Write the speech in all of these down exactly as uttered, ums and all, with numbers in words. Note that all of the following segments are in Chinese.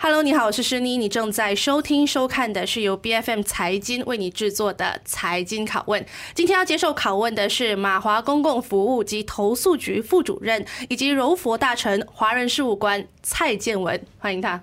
Hello， 你好，我是诗妮，你正在收听收看的是由 B F M 财经为你制作的财经拷问。今天要接受拷问的是马华公共服务及投诉局副主任以及柔佛大臣华人事务官蔡建文，欢迎他。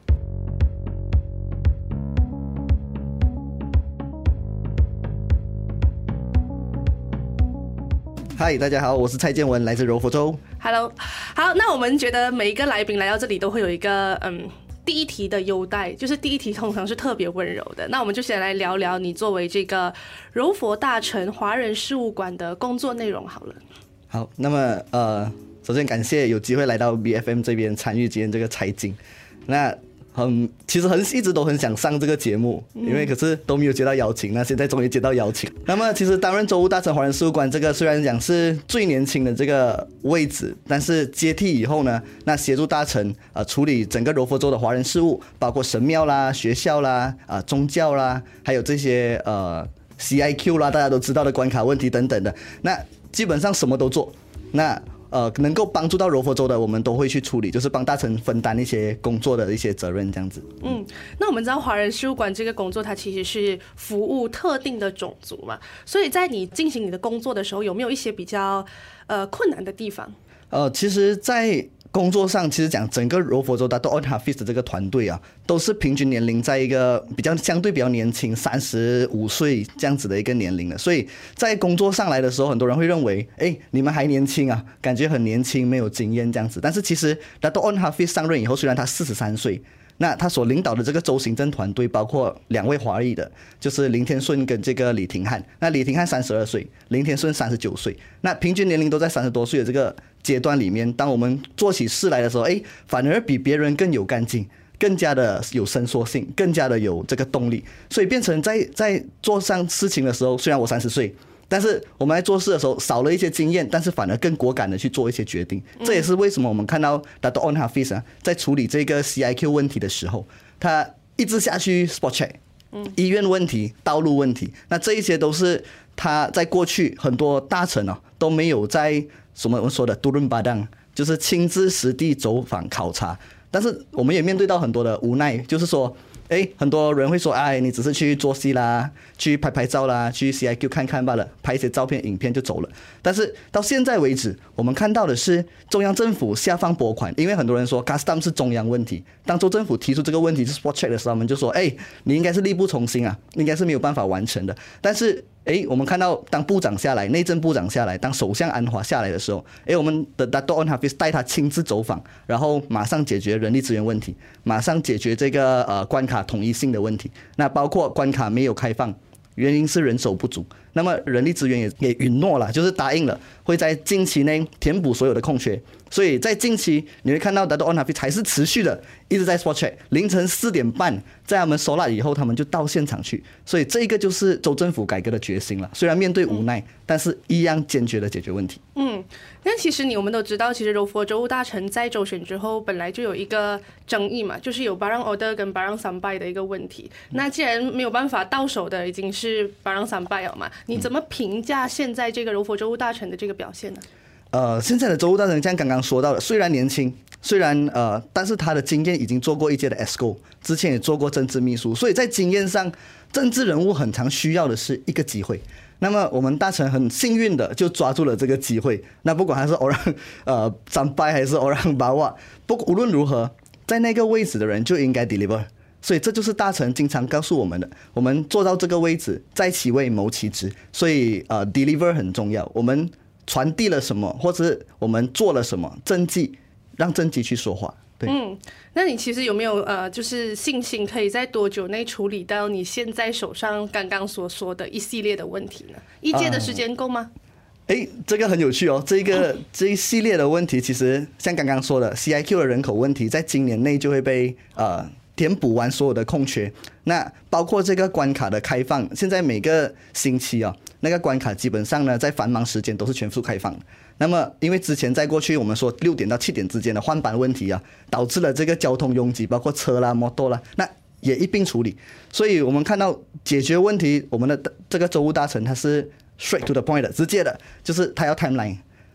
嗨，大家好，我是蔡建文，来自柔佛州。 Hello， 好，那我们觉得每一个来宾来到这里都会有一个嗯。第一题的优待就是第一题通常是特别温柔的，那我们就先来聊聊你作为这个柔佛大臣华人事务馆的工作内容好了。 好，那么呃，首先感谢有机会来到 B F M 这边参与今天这个财经。那很其实很一直都很想上这个节目，因为可是都没有接到邀请，那现在终于接到邀请。那么其实担任州务大臣华人事务官这个虽然讲是最年轻的这个位置，但是接替以后呢，那协助大臣呃处理整个柔佛州的华人事务，包括神庙啦、学校啦、啊、呃、宗教啦，还有这些呃 C I Q 啦，大家都知道的关卡问题等等的，那基本上什么都做。那呃，能够帮助到柔佛州的，我们都会去处理，就是帮大臣分担一些工作的一些责任，这样子。 嗯，那我们知道华人事务馆这个工作，它其实是服务特定的种族嘛，所以在你进行你的工作的时候，有没有一些比较呃困难的地方？呃， 其实，在工作上，其实讲整个柔佛州的 Dato' Onn Hafiz 的这个团队啊，都是平均年龄在一个比较相对比较年轻，三十五岁这样子的一个年龄的，所以在工作上来的时候，很多人会认为，哎，你们还年轻啊，感觉很年轻，没有经验这样子。但是其实 Dato' Onn Hafiz 上任以后，虽然他四十三岁。那他所领导的这个州行政团队包括两位华裔的，就是林天顺跟这个李廷汉。那李廷汉三十二岁，林天顺三十九岁。那平均年龄都在三十多岁的这个阶段里面，当我们做起事来的时候，哎，反而比别人更有干劲，更加的有伸缩性，更加的有这个动力。所以变成在在做上事情的时候，虽然我三十岁。但是我们在做事的时候少了一些经验，但是反而更果敢的去做一些决定。这也是为什么我们看到 Dato' Onn Hafiz 啊，在处理这个 C I Q 问题的时候，他一直下去 spot check， 医院问题、道路问题，那这一些都是他在过去很多大臣啊都没有在什么我们说的 turun padang， 就是亲自实地走访考察。但是我们也面对到很多的无奈，就是说。哎，很多人会说，哎，你只是去做戏啦，去拍拍照啦，去 C I Q 看看罢了，拍一些照片、影片就走了。但是到现在为止，我们看到的是中央政府下放拨款，因为很多人说 custom 是中央问题。当州政府提出这个问题是 spot check 的时候，我们就说，哎，你应该是力不从心啊，应该是没有办法完成的。但是。哎，我们看到当部长下来，内政部长下来，当首相安华下来的时候，哎，我们的 Dato' Onn Hafiz 带他亲自走访，然后马上解决人力资源问题，马上解决这个呃关卡统一性的问题。那包括关卡没有开放，原因是人手不足。那么人力资源也也允诺了，就是答应了会在近期内填补所有的空缺。所以在近期你会看到 Dato' Onn Hafiz 还是持续的一直在 spot check， 凌晨四点半在他们收了以后，他们就到现场去。所以这个就是州政府改革的决心了。虽然面对无奈，嗯、但是一样坚决的解决问题。 嗯，那其实你我们都知道，其实柔佛州务大臣在州选之后本来就有一个争议嘛，就是有 Barang Order 跟 Barang Sampai 的一个问题。那既然没有办法到手的已经是 Barang Sampai 了嘛，你怎么评价现在这个柔佛州务大臣的这个表现呢？ 呃，现在的州务大臣像刚刚说到的，虽然年轻，虽然呃，但是他的经验已经做过一届的 E S C O， 之前也做过政治秘书，所以在经验上，政治人物很常需要的是一个机会。那么我们大臣很幸运的就抓住了这个机会。那不管他是 Orang 呃Sampai还是 Orang Bawah， 不无论如何，在那个位置的人就应该 deliver。所以这就是大臣经常告诉我们的，我们做到这个位置，在其位谋其职。所以呃 deliver 很重要。我们传递了什么，或者是我们做了什么，政绩让政绩去说话。对， 嗯，那你其实有没有呃，就是信心可以在多久内处理到你现在手上刚刚所说的一系列的问题呢？一届的时间够吗？ 哎、呃，这个很有趣哦。这个这一系列的问题，其实像刚刚说的 C I Q 的人口问题，在今年内就会被呃填补完所有的空缺。那包括这个关卡的开放，现在每个星期啊、哦。那个关卡基本上呢，在繁忙时间都是全数开放的。那么，因为之前在过去我们说六点到七点之间的换班问题啊，导致了这个交通拥挤，包括车啦、摩托啦，那也一并处理。所以我们看到解决问题，我们的这个州务大臣他是 straight to the point 的，直接的，就是他要 timeline。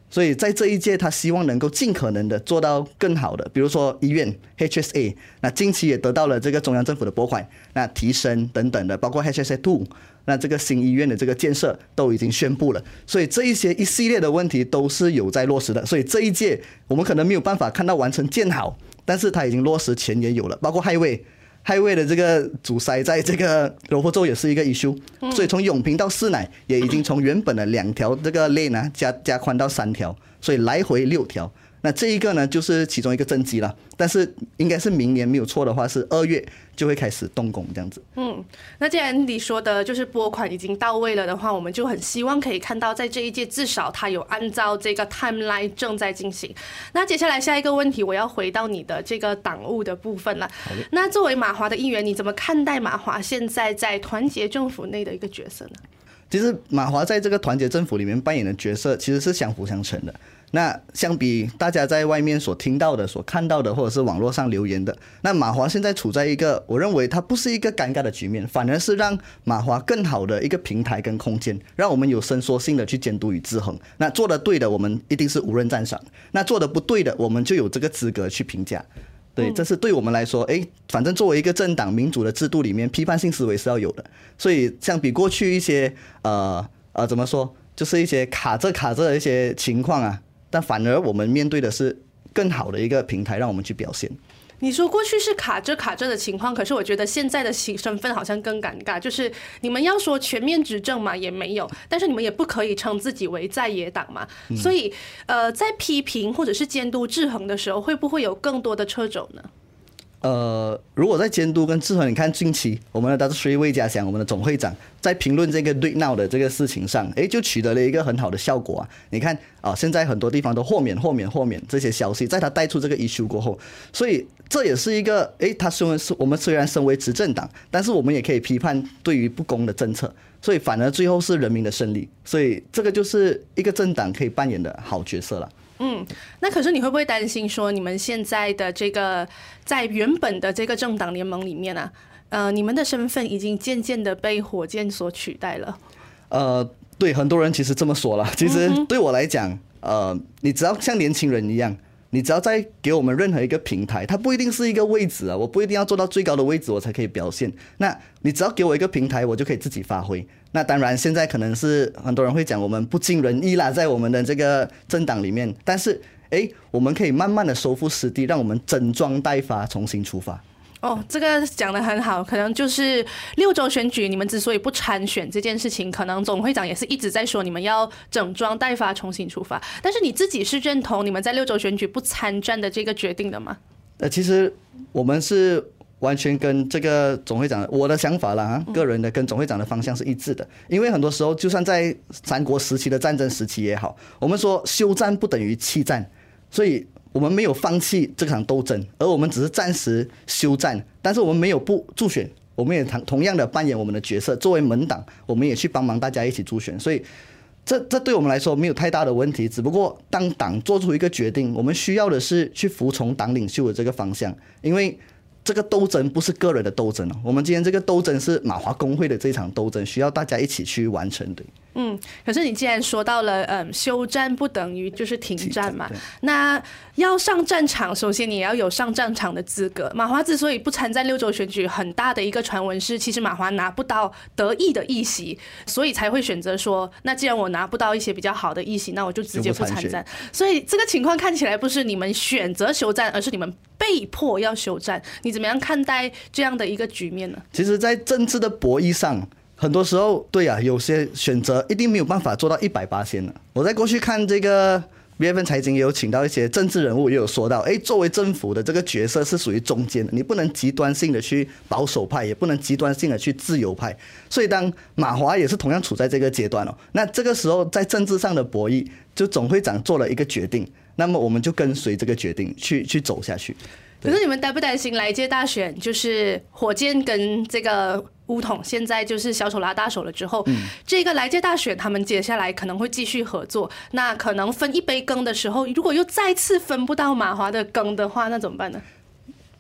所以在这一届，他希望能够尽可能的做到更好的，比如说医院 H S A， 那近期也得到了这个中央政府的拨款，那提升等等的，包括 H S A 二，那这个新医院的这个建设都已经宣布了，所以这一些一系列的问题都是有在落实的。所以这一届我们可能没有办法看到完成建好，但是它已经落实，钱也有了，包括highway。highway 的这个阻塞在这个柔佛州也是一个 issue， 所以从永平到士乃也已经从原本的两条这个 lane 啊加加宽到三条，所以来回六条。那这一个呢就是其中一个政绩了，但是应该是明年没有错的话是二月就会开始动工这样子。 嗯，那既然你说的就是拨款已经到位了的话，我们就很希望可以看到在这一届至少它有按照这个 timeline 正在进行。那接下来下一个问题，我要回到你的这个党务的部分了。那作为马华的议员，你怎么看待马华现在在团结政府内的一个角色呢？ 其实马华在这个团结政府里面扮演的角色其实是相辅相成的。那相比大家在外面所听到的、所看到的，或者是网络上留言的，那马华现在处在一个，我认为它不是一个尴尬的局面，反而是让马华更好的一个平台跟空间，让我们有伸缩性的去监督与制衡。那做得对的，我们一定是无人赞赏；那做得不对的，我们就有这个资格去评价。对，这是对我们来说，哎，反正作为一个政党民主的制度里面，批判性思维是要有的。所以相比过去一些呃呃怎么说，就是一些卡着卡着的一些情况啊。但反而我们面对的是更好的一个平台，让我们去表现。 你说过去是卡着卡着的情况，可是我觉得现在的身份好像更尴尬，就是你们要说全面执政嘛，也没有，但是你们也不可以称自己为在野党嘛，嗯、所以呃，在批评或者是监督制衡的时候，会不会有更多的掣肘呢？ 呃，如果在监督跟制衡，你看近期我们的 Datuk Seri 魏家祥，我们的总会长在评论这个 Do It Now 的这个事情上，哎，就取得了一个很好的效果啊。你看啊，现在很多地方都豁免、豁免、豁免这些消息，在他带出这个 issue 过后，所以这也是一个，哎，他虽然是我们虽然身为执政党，但是我们也可以批判对于不公的政策，所以反而最后是人民的胜利，所以这个就是一个政党可以扮演的好角色了。 嗯，那可是你会不会担心说，你们现在的这个在原本的这个政党联盟里面啊，呃，你们的身份已经渐渐的被火箭所取代了？ 呃，对，很多人其实这么说了。其实对我来讲，呃，你只要像年轻人一样，你只要再给我们任何一个平台，它不一定是一个位置啊，我不一定要做到最高的位置我才可以表现。那你只要给我一个平台，我就可以自己发挥。那当然，现在可能是很多人会讲我们不尽人意啦，在我们的这个政党里面，但是，哎，我们可以慢慢的收复失地，让我们整装待发，重新出发。 哦，这个讲得很好，可能就是六州选举，你们之所以不参选这件事情，可能总会长也是一直在说你们要整装待发，重新出发。但是你自己是认同你们在六州选举不参战的这个决定的吗？呃， 其实我们是完全跟这个总会长我的想法啦，啊，个人的跟总会长的方向是一致的。因为很多时候，就算在三国时期的战争时期也好，我们说休战不等于弃战，所以我们没有放弃这场斗争，而我们只是暂时休战，但是我们没有不助选，我们也同样的扮演我们的角色。作为门党，我们也去帮忙大家一起助选，所以这这对我们来说没有太大的问题。只不过当党做出一个决定，我们需要的是去服从党领袖的这个方向，因为这个斗争不是个人的斗争，我们今天这个斗争是马华工会的这场斗争，需要大家一起去完成的。 嗯，可是你既然说到了，嗯，休战不等于就是停战嘛，那要上战场，首先你也要有上战场的资格。马华之所以不参战六州选举，很大的一个传闻是，其实马华拿不到得意的议席，所以才会选择说，那既然我拿不到一些比较好的议席，那我就直接不参战。所以这个情况看起来不是你们选择休战，而是你们被迫要休战。你怎么样看待这样的一个局面呢？ 其实，在政治的博弈上，很多时候，对啊，有些选择一定没有办法做到一百八千的。我在过去看这个 B F N 财经，也有请到一些政治人物，也有说到，哎，作为政府的这个角色是属于中间的，你不能极端性的去保守派，也不能极端性的去自由派。所以，当马华也是同样处在这个阶段哦，那这个时候在政治上的博弈，就总会长做了一个决定，那么我们就跟随这个决定去去走下去。 可是你们担不担心来届大选就是火箭跟这个巫统现在就是小手拉大手了之后，嗯、这个来届大选他们接下来可能会继续合作，那可能分一杯羹的时候，如果又再次分不到马华的羹的话，那怎么办呢？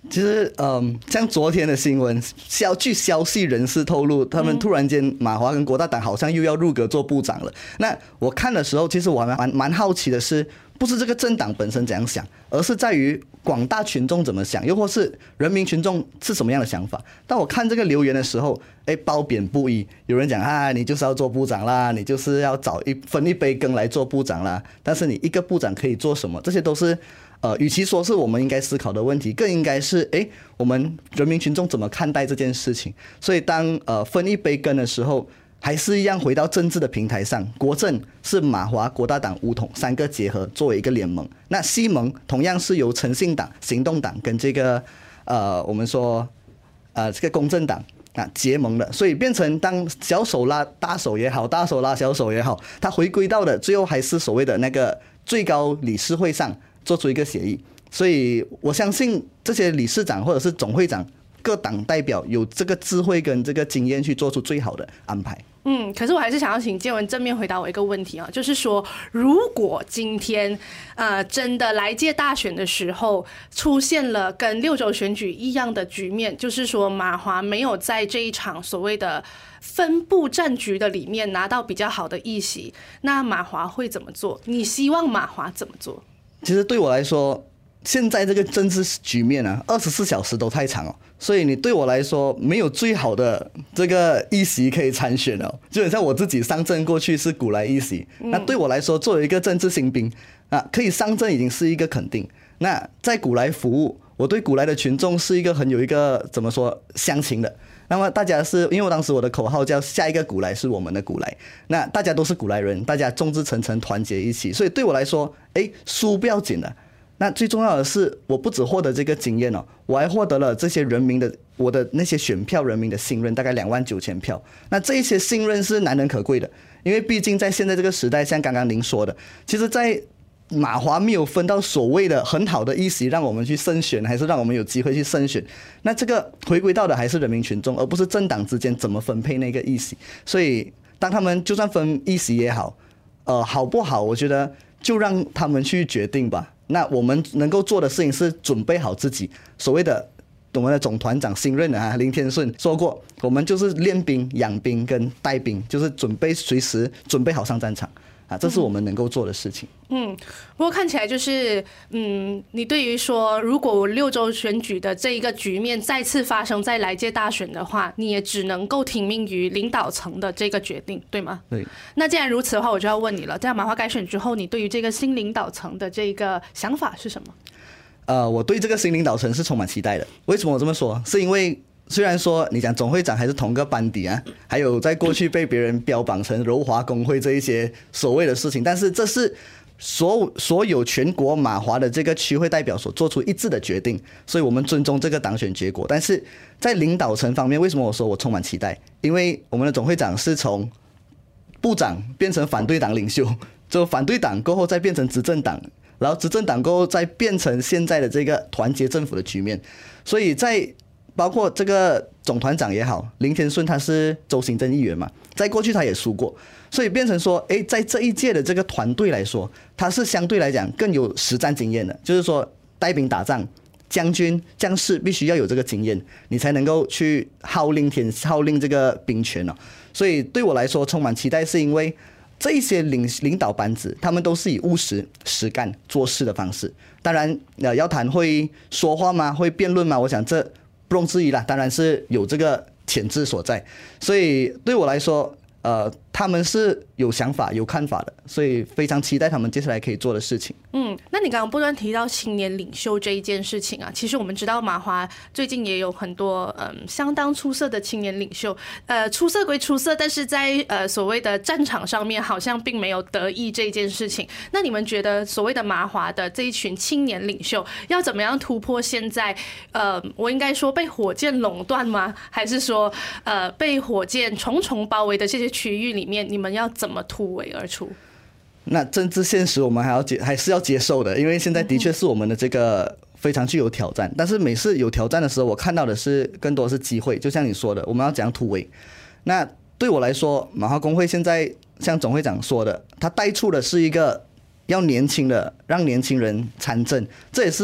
其实，嗯，像昨天的新闻，消据消息人士透露，他们突然间马华跟国大党好像又要入阁做部长了。那我看的时候，其实我还蛮蛮好奇的是，不是这个政党本身怎样想，而是在于广大群众怎么想，又或是人民群众是什么样的想法。当我看这个留言的时候，哎，褒贬不一。有人讲啊，你就是要做部长啦，你就是要找一分一杯羹来做部长啦。但是你一个部长可以做什么？这些都是。呃，与其说是我们应该思考的问题，更应该是哎，我们人民群众怎么看待这件事情？所以当呃分一杯羹的时候，还是一样回到政治的平台上。国政是马华、国大党、巫统三个结合作为一个联盟，那西盟同样是由诚信党、行动党跟这个呃我们说呃这个公正党啊结盟的，所以变成当小手拉大手也好，大手拉小手也好，它回归到的最后还是所谓的那个最高理事会上。做出一个协议，所以我相信这些理事长或者是总会长各党代表有这个智慧跟这个经验去做出最好的安排。 嗯，可是我还是想要请建文正面回答我一个问题啊，就是说，如果今天呃真的来届大选的时候出现了跟六州选举一样的局面，就是说马华没有在这一场所谓的分布战局的里面拿到比较好的议席，那马华会怎么做？你希望马华怎么做？ 其实对我来说，现在这个政治局面啊，二十四小时都太长哦，所以你对我来说没有最好的这个议席可以参选哦。就很像我自己上阵过去是古来议席，那对我来说作为一个政治新兵啊，可以上阵已经是一个肯定。那在古来服务，我对古来的群众是一个很有一个怎么说乡情的。那么大家是因为我当时我的口号叫下一个古来是我们的古来，那大家都是古来人，大家众志成城团结一起，所以对我来说，哎，输不要紧的。那最重要的是，我不只获得这个经验哦，我还获得了这些人民的我的那些选票人民的信任，大概两万九千票。那这一些信任是难能可贵的，因为毕竟在现在这个时代，像刚刚您说的，其实在马华没有分到所谓的很好的议席让我们去胜选，还是让我们有机会去胜选，那这个回归到的还是人民群众，而不是政党之间怎么分配那个议席。所以当他们就算分议席也好，呃，好不好，我觉得就让他们去决定吧。那我们能够做的事情是准备好自己。所谓的我们的总团长新任的啊林天顺说过，我们就是练兵、养兵跟带兵，就是准备随时准备好上战场。啊，这是我们能够做的事情。 嗯，不过看起来就是，嗯，你对于说，如果六州选举的这一个局面再次发生在来届大选的话，你也只能够听命于领导层的这个决定，对吗？ 对。 那既然如此的话，我就要问你了，在马华改选之后，你对于这个新领导层的这个想法是什么？ 呃，我对这个新领导层是充满期待的。为什么我这么说？是因为虽然说你讲总会长还是同个班底啊，还有在过去被别人标榜成柔华工会这一些所谓的事情，但是这是所所有全国马华的这个区会代表所做出一致的决定，所以我们尊重这个当选结果。但是在领导层方面，为什么我说我充满期待？因为我们的总会长是从部长变成反对党领袖，就反对党过后再变成执政党，然后执政党过后再变成现在的这个团结政府的局面，所以在包括这个总团长也好，林天顺他是州行政议员嘛，在过去他也输过，所以变成说，哎，在这一届的这个团队来说，他是相对来讲更有实战经验的，就是说带兵打仗，将军将士必须要有这个经验，你才能够去号令天号令这个兵权哦。所以对我来说充满期待，是因为这一些领领导班子，他们都是以务实实干做事的方式。当然，呃，要谈会说话吗？会辩论吗？我想这不容置疑啦，当然是有这个潜质所在。所以对我来说，呃，他们是有想法、有看法的，所以非常期待他们接下来可以做的事情。 嗯，那你刚刚不断提到青年领袖这一件事情啊，其实我们知道马华最近也有很多嗯相当出色的青年领袖，呃，出色归出色，但是在呃所谓的战场上面好像并没有得意这件事情。那你们觉得所谓的马华的这一群青年领袖要怎么样突破现在呃我应该说被火箭垄断吗？还是说呃被火箭重重包围的这些区域里面，你们要怎么突围而出？ 那政治现实我们还要接还是要接受的，因为现在的确是我们的这个非常具有挑战。但是每次有挑战的时候，我看到的是更多的是机会。就像你说的，我们要怎样突围？那对我来说，马华工会现在像总会长说的，他带出的是一个要年轻的，让年轻人参政，这也是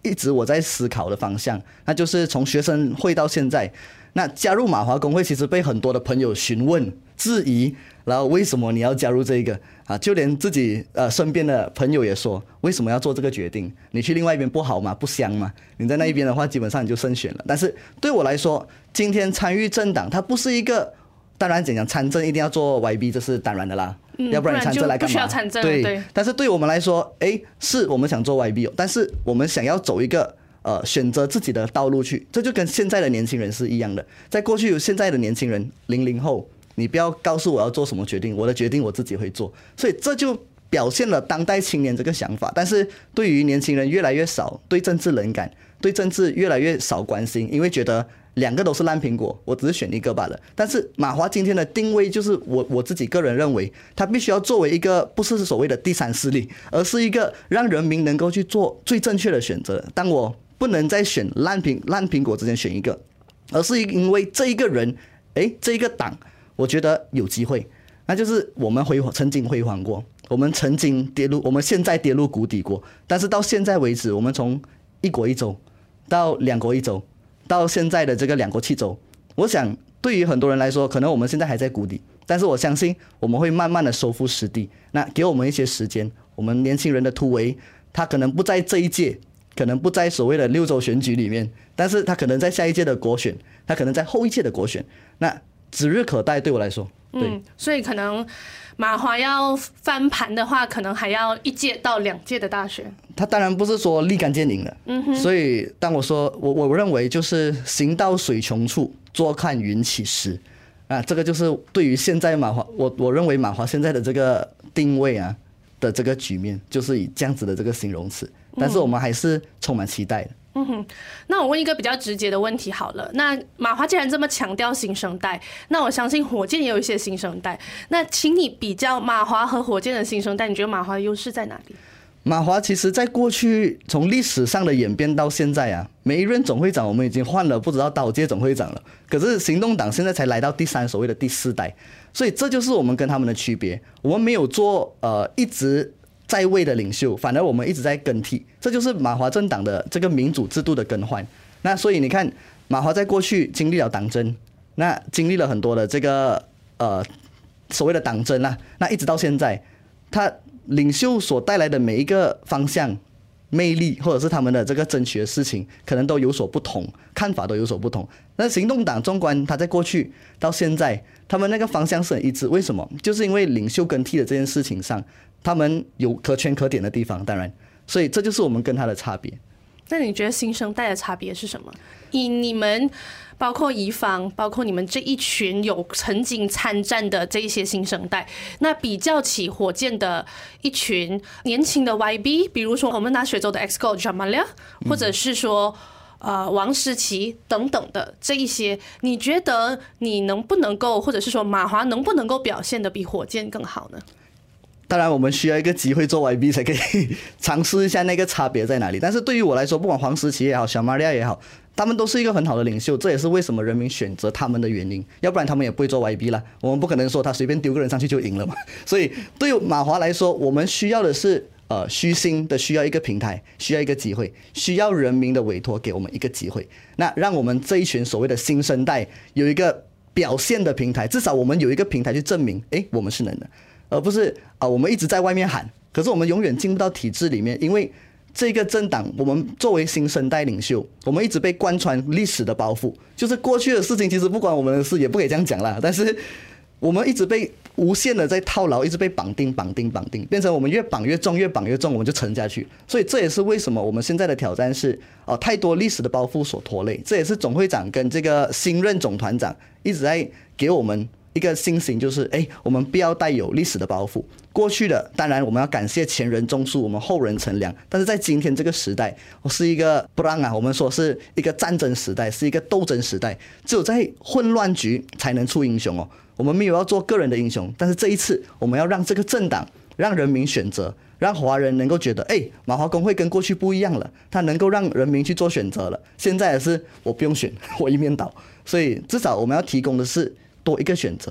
一直我在思考的方向，那就是从学生会到现在，那加入马华工会其实被很多的朋友询问、质疑，然后为什么你要加入这个啊？就连自己呃身边的朋友也说，为什么要做这个决定？你去另外一边不好吗？不香吗？你在那一边的话，基本上你就胜选了。但是对我来说，今天参与政党，它不是一个，当然怎样参政一定要做 Y B， 这是当然的啦。 嗯、 要不然你参政来干嘛？ 不需要参政， 对。 对。 但是对我们来说，哎，是我们想做 Y B， 但是我们想要走一个呃选择自己的道路去，这就跟现在的年轻人是一样的。在过去，现在的年轻人零零后，你不要告诉我要做什么决定，我的决定我自己会做。所以这就表现了当代青年这个想法。但是对于年轻人越来越少，对政治冷感，对政治越来越少关心，因为觉得两个都是烂苹果，我只是选一个罢了。但是马华今天的定位就是我我自己个人认为，他必须要作为一个不是所谓的第三势力，而是一个让人民能够去做最正确的选择。当我不能再选烂苹烂苹果之间选一个，而是因为这一个人，诶，这一个党，我觉得有机会，那就是我们辉煌曾经辉煌过，我们曾经跌入，我们现在跌入谷底过，但是到现在为止，我们从一国一州到两国一州。到现在的这个两国七州，我想对于很多人来说，可能我们现在还在谷底，但是我相信我们会慢慢的收复失地。那给我们一些时间，我们年轻人的突围，他可能不在这一届，可能不在所谓的六州选举里面，但是他可能在下一届的国选，他可能在后一届的国选，那指日可待。对我来说，对， 嗯，所以可能马华要翻盘的话，可能还要一届到两届的大选。 他当然不是说立竿见影的，嗯哼。所以当我说我我认为就是行到水穷处，坐看云起时，啊，这个就是对于现在马华，我我认为马华现在的这个定位啊的这个局面，就是以这样子的这个形容词，但是我们还是充满期待的。 嗯哼，那我问一个比较直接的问题好了。那马华既然这么强调新生代，那我相信火箭也有一些新生代。那请你比较马华和火箭的新生代，你觉得马华的优势在哪里？ 马华其实在过去从历史上的演变到现在啊，每一任总会长我们已经换了不知道多少届总会长了，可是行动党现在才来到第三，所谓的第四代，所以这就是我们跟他们的区别。我们没有做呃一直在位的领袖，反而我们一直在更替，这就是马华政党的这个民主制度的更换。那所以你看，马华在过去经历了党争，那经历了很多的这个呃所谓的党争啊，那一直到现在，他领袖所带来的每一个方向、魅力，或者是他们的这个争取的事情，可能都有所不同，看法都有所不同。那行动党纵观他在过去到现在，他们那个方向是很一致。为什么？就是因为领袖更替的这件事情上，他们有可圈可点的地方，当然，所以这就是我们跟他的差别。 那你觉得新生代的差别是什么？以你们包括宜芳，包括你们这一群有曾经参战的这一些新生代，那比较起火箭的一群年轻的 Y B， 比如说我们拿雪州的 Exco Jamalia， 或者是说呃王诗琪等等的这一些，你觉得你能不能够，或者是说马华能不能够表现得比火箭更好呢？ 当然，我们需要一个机会做 Y B 才可以尝试一下那个差别在哪里。但是对于我来说，不管黄时期也好，小马利亚也好，他们都是一个很好的领袖，这也是为什么人民选择他们的原因。要不然他们也不会做 Y B 啦。我们不可能说他随便丢个人上去就赢了嘛。所以对于马华来说，我们需要的是呃虚心的需要一个平台，需要一个机会，需要人民的委托给我们一个机会。那让我们这一群所谓的新生代有一个表现的平台，至少我们有一个平台去证明，哎，我们是能的。而不是啊、呃，我们一直在外面喊，可是我们永远进不到体制里面，因为这个政党，我们作为新生代领袖，我们一直被贯穿历史的包袱，就是过去的事情其实不关我们的事，也不可以这样讲啦。但是我们一直被无限的在套牢，一直被绑定、绑定、绑定，变成我们越绑越重，越绑越重，我们就沉下去。所以这也是为什么我们现在的挑战是，呃，太多历史的包袱所拖累。这也是总会长跟这个新任总团长一直在给我们一个信心，就是哎，我们不要带有历史的包袱。过去的当然我们要感谢前人种树，我们后人乘凉，但是在今天这个时代，我是一个不让啊，我们说是一个战争时代，是一个斗争时代，只有在混乱局才能出英雄哦。我们没有要做个人的英雄，但是这一次我们要让这个政党，让人民选择，让华人能够觉得，哎，马华工会跟过去不一样了，他能够让人民去做选择了。现在的是我不用选，我一面倒，所以至少我们要提供的是多一个选择。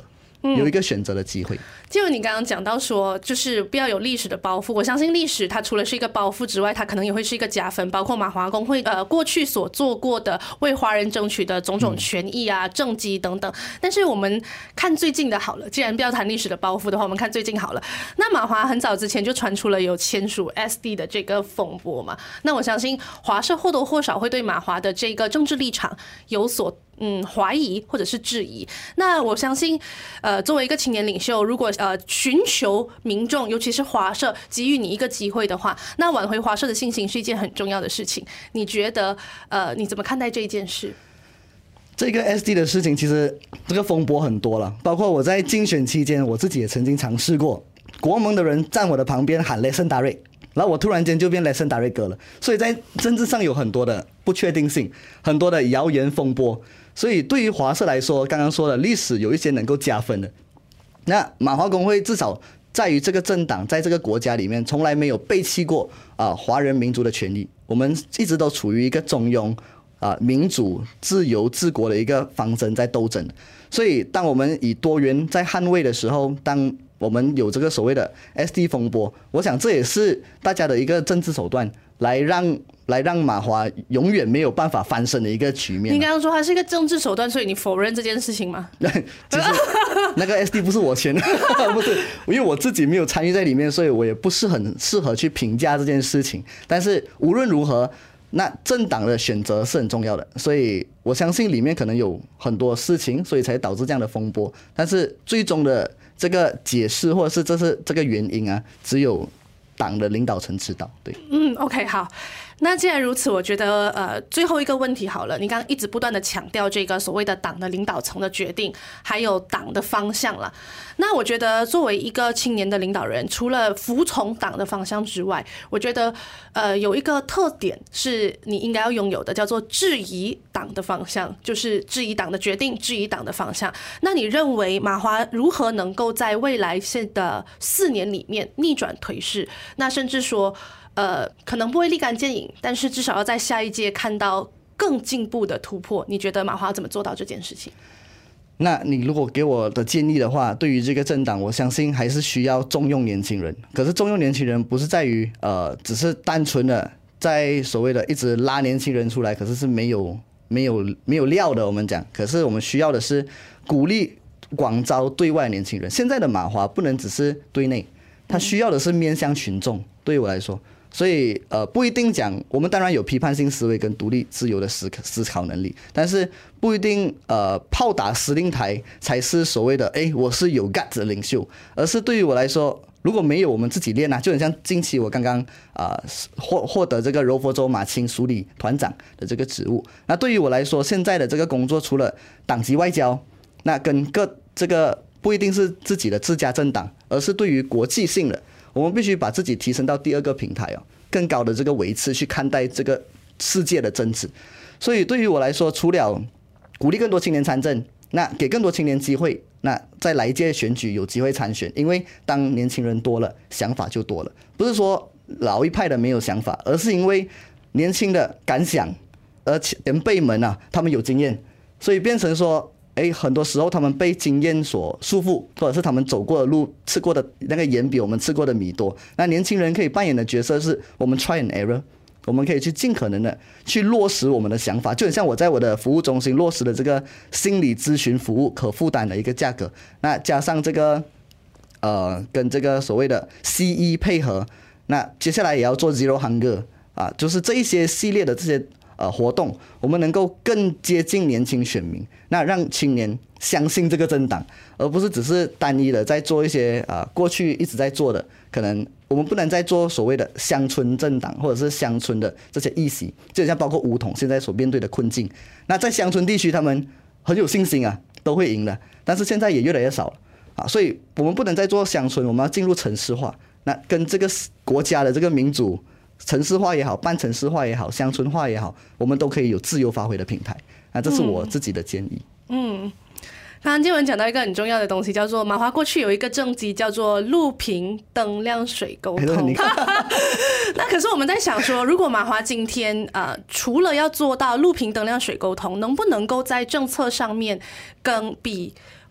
有一个选择的机会。 就你刚刚讲到说，就是不要有历史的包袱。我相信历史它除了是一个包袱之外，它可能也会是一个加分。包括马华工会呃过去所做过的为华人争取的种种权益啊、政绩等等。但是我们看最近的好了，既然不要谈历史的包袱的话，我们看最近好了。那马华很早之前就传出了有签署 S D 的这个风波嘛，那我相信华社或多或少会对马华的这个政治立场有所嗯，怀疑或者是质疑。那我相信，呃，作为一个青年领袖，如果呃寻求民众，尤其是华社给予你一个机会的话，那挽回华社的信心是一件很重要的事情。你觉得，呃，你怎么看待这一件事？ 这个 S D 的事情，其实这个风波很多了，包括我在竞选期间，我自己也曾经尝试过，国盟的人站我的旁边喊雷声达瑞。然后我突然间就变雷声达瑞哥了，所以在政治上有很多的不确定性，很多的谣言风波。所以对于华社来说，刚刚说的历史有一些能够加分的。那马华工会至少在于这个政党在这个国家里面从来没有背弃过啊、呃、华人民族的权利，我们一直都处于一个中庸啊、呃、民主自由治国的一个方针在斗争。所以当我们以多元在捍卫的时候，当我们有这个所谓的 S D 风波，我想这也是大家的一个政治手段，来让来让马华永远没有办法翻身的一个局面。 你刚刚说它是一个政治手段，所以你否认这件事情吗？ 其实那个 S D 不是我签的，不是，因为我自己没有参与在里面，所以我也不是很适合去评价这件事情。但是无论如何，那政党的选择是很重要的，所以我相信里面可能有很多事情，所以才导致这样的风波。但是最终的这个解释或者是这是这个原因啊，只有党的领导层知道。对， 嗯 ，OK， 好。那既然如此，我觉得呃，最后一个问题好了，你刚刚一直不断的强调这个所谓的党的领导层的决定，还有党的方向了。那我觉得作为一个青年的领导人，除了服从党的方向之外，我觉得呃有一个特点是你应该要拥有的，叫做质疑党的方向，就是质疑党的决定，质疑党的方向。那你认为马华如何能够在未来现的四年里面逆转颓势？那甚至说，呃，可能不会立竿见影，但是至少要在下一届看到更进步的突破。你觉得马华要怎么做到这件事情？ 那你如果给我的建议的话，对于这个政党，我相信还是需要重用年轻人。可是重用年轻人不是在于呃，只是单纯的在所谓的一直拉年轻人出来，可是是没有没有没有料的。我们讲，可是我们需要的是鼓励广招对外年轻人。现在的马华不能只是对内，他需要的是面向群众。对于我来说。所以，呃，不一定讲，我们当然有批判性思维跟独立自由的思思考能力，但是不一定，呃，炮打司令台才是所谓的，哎，我是有 guts 的领袖，而是对于我来说，如果没有我们自己练啊，就很像近期我刚刚啊获获得这个柔佛州马青署理团长的这个职务，那对于我来说，现在的这个工作除了党籍外交，那跟各这个不一定是自己的自家政党，而是对于国际性的。我们必须把自己提升到第二个平台哦，更高的这个维次去看待这个世界的政治。所以对于我来说，除了鼓励更多青年参政，那给更多青年机会，那在来一届选举有机会参选，因为当年轻人多了，想法就多了。不是说老一派的没有想法，而是因为年轻的敢想，而前辈们啊，他们有经验，所以变成说。哎，很多时候他们被经验所束缚，或者是他们走过的路、吃过的那个盐比我们吃过的米多。那年轻人可以扮演的角色是我们 try and error， 我们可以去尽可能的去落实我们的想法，就很像我在我的服务中心落实的这个心理咨询服务可负担的一个价格，那加上这个呃跟这个所谓的 C E 配合，那接下来也要做 Zero Hunger 啊，就是这一些系列的这些。呃，活动我们能够更接近年轻选民，那让青年相信这个政党，而不是只是单一的在做一些啊、呃、过去一直在做的，可能我们不能再做所谓的乡村政党或者是乡村的这些议席，就像包括武统现在所面对的困境。那在乡村地区，他们很有信心啊，都会赢的，但是现在也越来越少了啊，所以我们不能再做乡村，我们要进入城市化，那跟这个国家的这个民主。城市化也好，半城市化也好，乡村化也好，我们都可以有自由发挥的平台。那这是我自己的建议。 嗯，刚刚建文讲到一个很重要的东西，叫做马华过去有一个政绩叫做路平灯亮水沟通。那可是我们在想说，如果马华今天呃除了要做到路平灯亮水沟通，能不能够在政策上面更比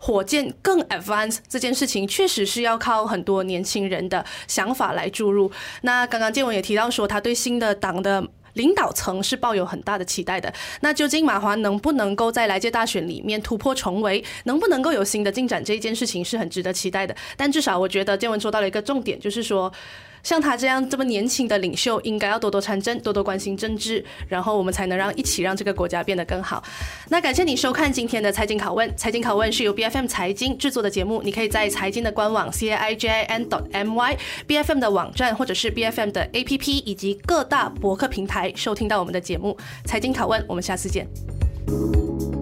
火箭更 advance 这件事情，确实是要靠很多年轻人的想法来注入。那刚刚建文也提到说，他对新的党的领导层是抱有很大的期待的。那究竟马华能不能够在来届大选里面突破重围，能不能够有新的进展，这一件事情是很值得期待的。但至少我觉得建文说到了一个重点，就是说像他这样这么年轻的领袖，应该要多多参政，多多关心政治，然后我们才能让一起让这个国家变得更好。那感谢你收看今天的财经拷问，财经拷问是由 B F M 财经制作的节目，你可以在财经的官网 c a i j i n dot m y、B F M 的网站或者是 B F M 的 A P P 以及各大博客平台收听到我们的节目。财经拷问，我们下次见。